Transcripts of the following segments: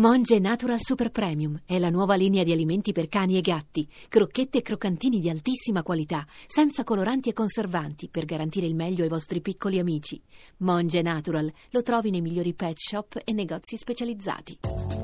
Monge Natural Super Premium è la nuova linea di alimenti per cani e gatti, crocchette e croccantini di altissima qualità, senza coloranti e conservanti, per garantire il meglio ai vostri piccoli amici. Monge Natural lo trovi nei migliori pet shop e negozi specializzati.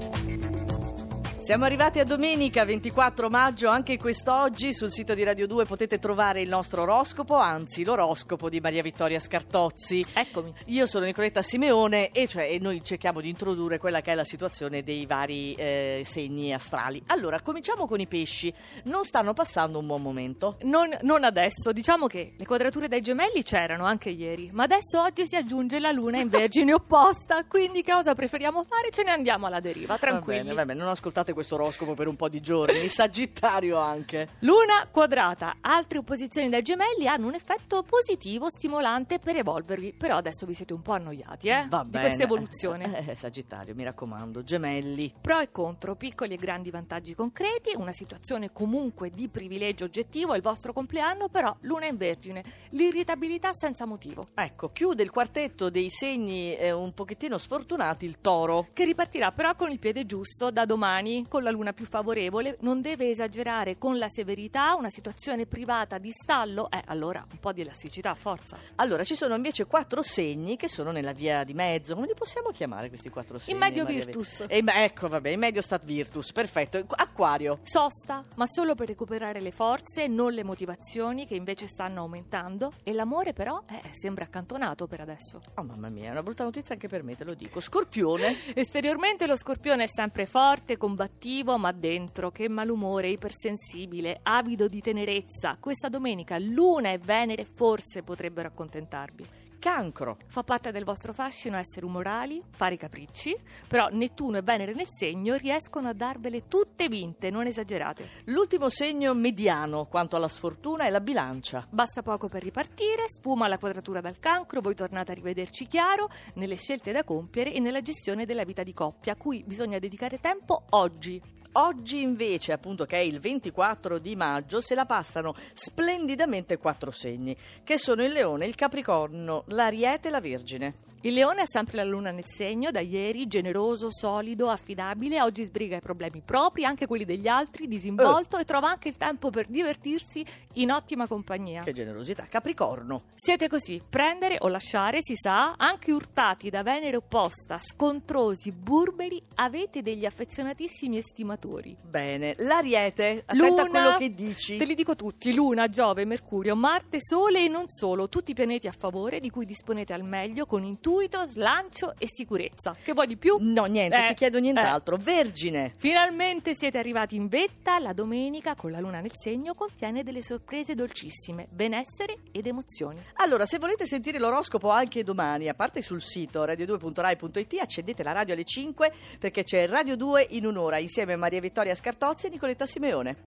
Siamo arrivati a domenica 24 maggio, anche quest'oggi sul sito di Radio 2 potete trovare il nostro oroscopo, anzi l'oroscopo di Maria Vittoria Scartozzi. Eccomi. Io sono Nicoletta Simeone e noi cerchiamo di introdurre quella che è la situazione dei vari segni astrali. Allora, cominciamo con i pesci. Non stanno passando un buon momento? Non adesso, diciamo che le quadrature dai gemelli c'erano anche ieri, ma adesso oggi si aggiunge la luna in vergine opposta, quindi cosa preferiamo fare? Ce ne andiamo alla deriva, tranquilli. Va bene, non ascoltate questo oroscopo per un po' di giorni, il Sagittario anche. Luna quadrata, altre opposizioni dai gemelli hanno un effetto positivo, stimolante per evolvervi, però adesso vi siete un po' annoiati, Va di bene. questa evoluzione. Sagittario, mi raccomando, gemelli. Pro e contro, piccoli e grandi vantaggi concreti, una situazione comunque di privilegio oggettivo, è il vostro compleanno, però luna in vergine, l'irritabilità senza motivo. Ecco, chiude il quartetto dei segni un pochettino sfortunati il Toro. Che ripartirà però con il piede giusto da domani, con la luna più favorevole, non deve esagerare con la severità, una situazione privata di stallo, allora un po' di elasticità a forza. Allora, ci sono invece 4 segni che sono nella via di mezzo. Come li possiamo chiamare questi 4 segni? In medio Maria? virtus. Ecco, vabbè, in medio stat virtus, perfetto. Acquario. Sosta, ma solo per recuperare le forze, non le motivazioni che invece stanno aumentando, e l'amore però sembra accantonato per adesso. Oh mamma mia, è una brutta notizia anche per me, te lo dico. Scorpione. Esteriormente lo Scorpione è sempre forte, combattivo, ma dentro che malumore, ipersensibile, avido di tenerezza. Questa domenica Luna e Venere forse potrebbero accontentarvi. Cancro. Fa parte del vostro fascino essere umorali, fare i capricci, però Nettuno e Venere nel segno riescono a darvele tutte vinte, non esagerate. L'ultimo segno mediano quanto alla sfortuna è la Bilancia. Basta poco per ripartire, spuma la quadratura dal Cancro, voi tornate a rivederci chiaro nelle scelte da compiere e nella gestione della vita di coppia, a cui bisogna dedicare tempo oggi. Oggi invece, appunto, che è il 24 di maggio, se la passano splendidamente 4 segni, che sono il Leone, il Capricorno, l'Ariete e la Vergine. Il Leone ha sempre la luna nel segno, da ieri, generoso, solido, affidabile, oggi sbriga i problemi propri, anche quelli degli altri, disinvolto e trova anche il tempo per divertirsi in ottima compagnia. Che generosità. Capricorno. Siete così, prendere o lasciare, si sa, anche urtati da Venere opposta, scontrosi, burberi, avete degli affezionatissimi estimatori. Bene, l'Ariete, attenta a quello che dici. Te li dico tutti, Luna, Giove, Mercurio, Marte, Sole e non solo, tutti i pianeti a favore di cui disponete al meglio con intuito, slancio e sicurezza. Che vuoi di più? No, niente, ti chiedo nient'altro. Vergine. Finalmente siete arrivati in vetta. La domenica con la luna nel segno contiene delle sorprese dolcissime, benessere ed emozioni. Allora, se volete sentire l'oroscopo anche domani, a parte sul sito radio2.rai.it, accendete la radio alle 5 perché c'è Radio 2 in un'ora insieme a Maria Vittoria Scartozzi e Nicoletta Simeone.